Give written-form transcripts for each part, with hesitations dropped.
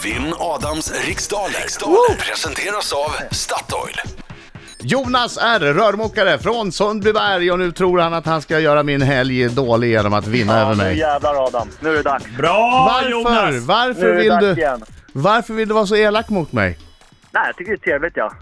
Vinn Adams riksdaler. Presenteras av Statoil. Jonas är rörmokare från Sundbyberg och nu tror han att han ska göra min helg dålig genom att vinna över mig. Nu jävlar Adam, nu är det dags. Bra Jonas! Varför vill du vara så elak mot mig? Nej, jag tycker det är trevligt, ja.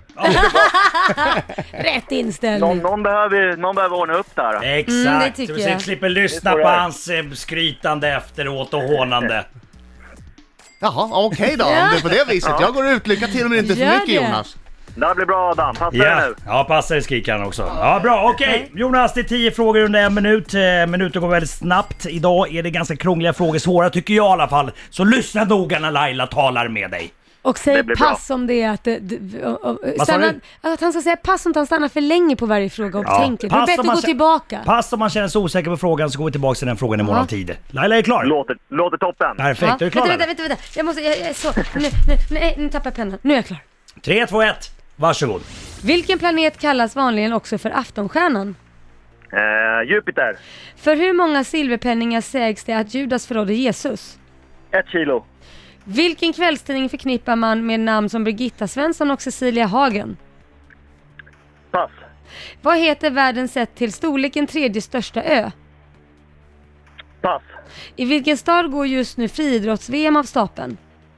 Rätt inställning. Någon behöver ordna upp där. Exakt, det tycker så vi jag. slipper lyssna på hans skrytande efteråt och hånande. Jaha, okej då, om det är på det viset. Jag går ut, lycka till men inte för Gör mycket det. Jonas. Det blir bra Adam, passa dig nu. Ja, passa dig skriker han också. Ja, bra, okej. Jonas, det är 10 frågor under 1 minut. Minuten går väldigt snabbt. Idag är det ganska krångliga frågor, svåra tycker jag i alla fall. Så lyssna noga när Laila talar med dig. Och säg Det blir pass bra. om det är att, Vad sa du? att han ska säga pass om att han stannar för länge på varje fråga och tänker. Det är pass bättre om man att gå tillbaka. Pass om man känner sig osäker på frågan så går vi tillbaka till den frågan i mån av tid. Laila är klar. Låter toppen. Perfekt, är du klar? Vänta. Jag är så... Nu tappar jag pennan. Nu är jag klar. 3, 2, 1. Varsågod. Vilken planet kallas vanligen också för aftonstjärnan? Jupiter. För hur många silverpenningar sägs det att Judas förrådde Jesus? 1 kilo. Vilken kvällstidning förknippar man med namn som Birgitta Svensson och Cecilia Hagen? Pass. Vad heter världen sett till storleken tredje största ö? Pass. I vilken stad går just nu friidrotts-VM av stapeln?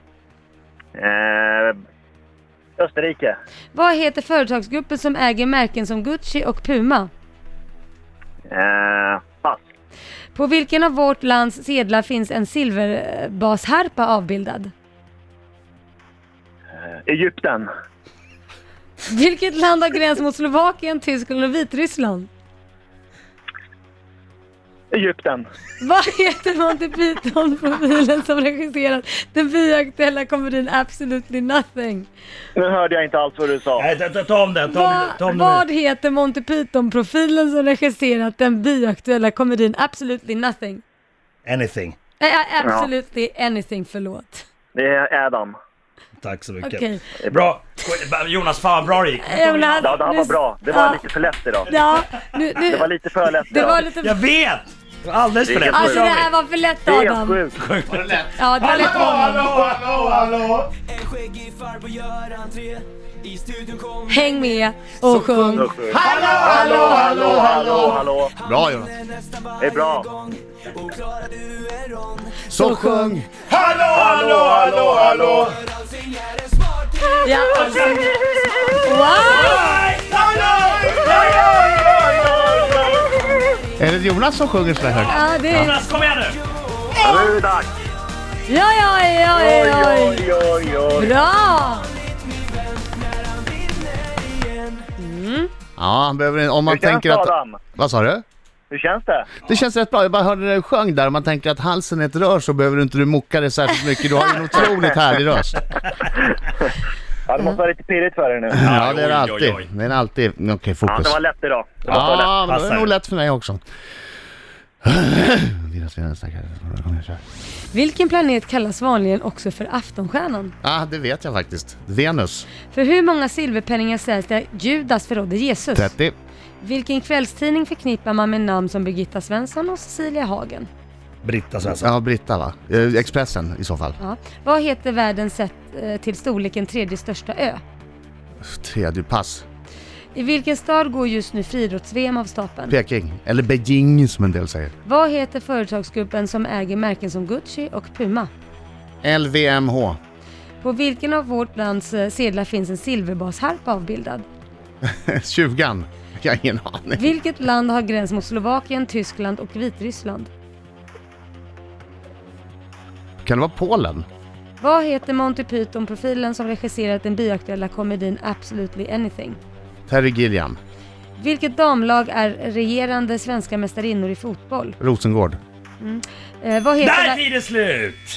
Österrike. Vad heter företagsgruppen som äger märken som Gucci och Puma? Pass. På vilken av vårt lands sedlar finns en silverbashärpa avbildad? Egypten. Vilket land har gräns mot Slovakien, Tyskland och Vitryssland? Egypten. Vad heter Monty Python-profilen som regisserat den bioaktuella komedin Absolutely Nothing? Nu hörde jag inte alls vad du sa. Nej, ta om den. Vad heter Monty Python-profilen som regisserat den bioaktuella komedin Absolutely Nothing? Anything. Absolutely Anything, förlåt. Det är Adam. Tack så mycket. Okej. Bra. Jonas, fan bra det gick. Ja, det var bra. Det var lite för lätt idag. Ja, Det var lite för lätt det idag. var lite... Jag vet! Det var alldeles för lätt. Alltså det här var för lätt, Det är Adam. sjukt. Var det lätt? Ja, det var lätt. Hallå! Häng med och sjung. Hallå. Bra Jonas. Det är bra. Så sjung. Hallå! Ja. Wow! Är det Jonas som sjunger så här? Ja, det är... Jonas, kom igen nu! Nu är det dags. Ja. Oj. Bra! Ja, han behöver, om man Hur känns tänker det, att... Adam? Vad sa du? Hur känns det? Det känns rätt bra, jag bara hörde när du sjöng där. Om man tänker att halsen är ett rör så behöver du inte mucka det särskilt mycket. Du har ju en otroligt härlig röst. Ja, det måste vara lite pirrigt för dig nu. Ja, det är det alltid. Oj. Det är alltid. Okej, Ja, fokus. det var lätt idag. Det måste vara lätt. Ja, men det är Passar. nog lätt för mig också. Vilken planet kallas vanligen också för aftonstjärnan? Ja, det vet jag faktiskt. Venus. För hur många silverpenningar sägs det Judas förrådde Jesus? 30. Vilken kvällstidning förknippar man med namn som Birgitta Svensson och Cecilia Hagen? Britta Svensson. Ja, Britta va? Expressen i så fall. Ja. Vad heter världen sett till storleken tredje största ö? Tredje pass. I vilken stad går just nu friidrotts-VM av stapeln? Peking. Eller Beijing som en del säger. Vad heter företagsgruppen som äger märken som Gucci och Puma? LVMH. På vilken av vårt lands sedlar finns en silverbashärpa avbildad? 20. Jag har ingen aning. Vilket land har gräns mot Slovakien, Tyskland och Vitryssland? Kan det vara Polen? Vad heter Monty Python-profilen som regisserat den bioaktuella komedin Absolutely Anything? Terry Gilliam. Vilket damlag är regerande svenska mästarinnor i fotboll? Rosengård. Vad heter... Där är tiden slut!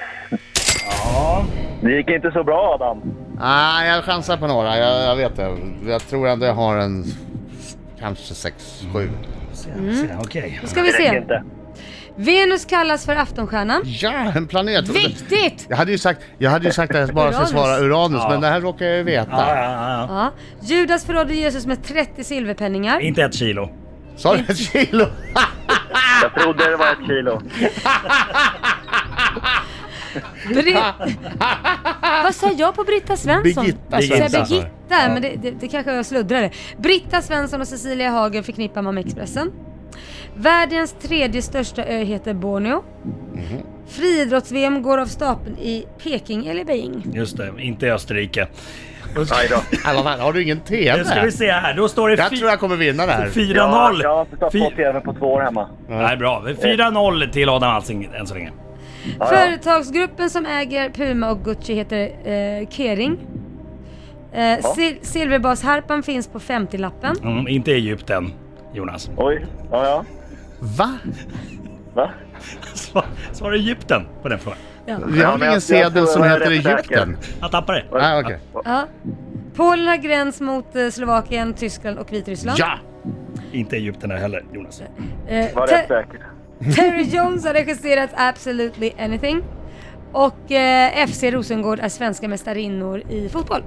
Det gick inte så bra, Adam. Nej, jag chansar på några. Jag vet det. Jag tror att jag har en... Kanske 6-7. Okej. Då ska vi Det räcker se. inte. Venus kallas för aftonstjärnan. Ja, en planet. Viktigt! Jag hade ju sagt att jag bara skulle svara Uranus, men det här råkar jag ju veta. Ja. Ja. Judas förrådde Jesus med 30 silverpenningar. Inte 1 kilo. Sa du 1 kilo? Jag trodde det var 1 kilo. Vad sa jag på Britta Svensson? Birgitta. Men det kanske jag sluddrade. Britta Svensson och Cecilia Hagen förknippar man med Expressen. Världens tredje största ö heter Borneo. Friidrotts-VM går av stapeln i Peking eller Beijing. Just det, inte i Österrike. Nej då. Har du ingen TV? Nu ska vi se här, då står det Jag tror jag kommer vinna det här. 4-0. Jag har inte tagit på TV på 2 år hemma. Nej, bra. 4-0 till Adam Alsing än så länge. Företagsgruppen som äger Puma och Gucci heter Kering. Silverbasharpan finns på 50-lappen. Inte i Egypten, Jonas. Oj, ja. Va? Va? Svarar Egypten på den frågan? Vi har ingen sedel som heter Egypten. Jag tappar det. Nej, okej. Ja. Polen har gräns mot Slovakien, Tyskland och Vitryssland. Ja! Inte Egypten heller, Jonas. Var rätt säker. Terry Jones har regisserat Absolutely Anything. Och FC Rosengård är svenska mästarinnor i fotboll.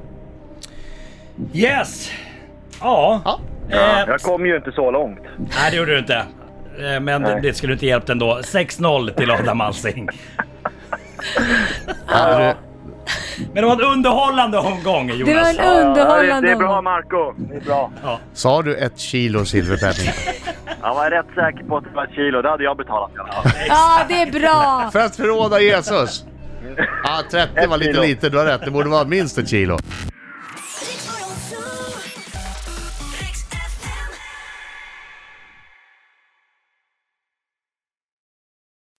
Yes! Ja. Jag kom ju inte så långt. Nej, det gjorde du inte. Men det skulle inte hjälpt ändå. 6-0 till Adam Alsing. Men det var en underhållande omgång, Jonas. Det var en underhållande det är bra, Marco. Det är bra. Ja. Sa du 1 kilo silverpenning? Jag var rätt säker på att det var 1 kilo. Det hade jag betalat. Ja, det är bra. För att förråda Jesus. Ja, 30 var lite. Du har rätt. Det borde vara minst 1 kilo.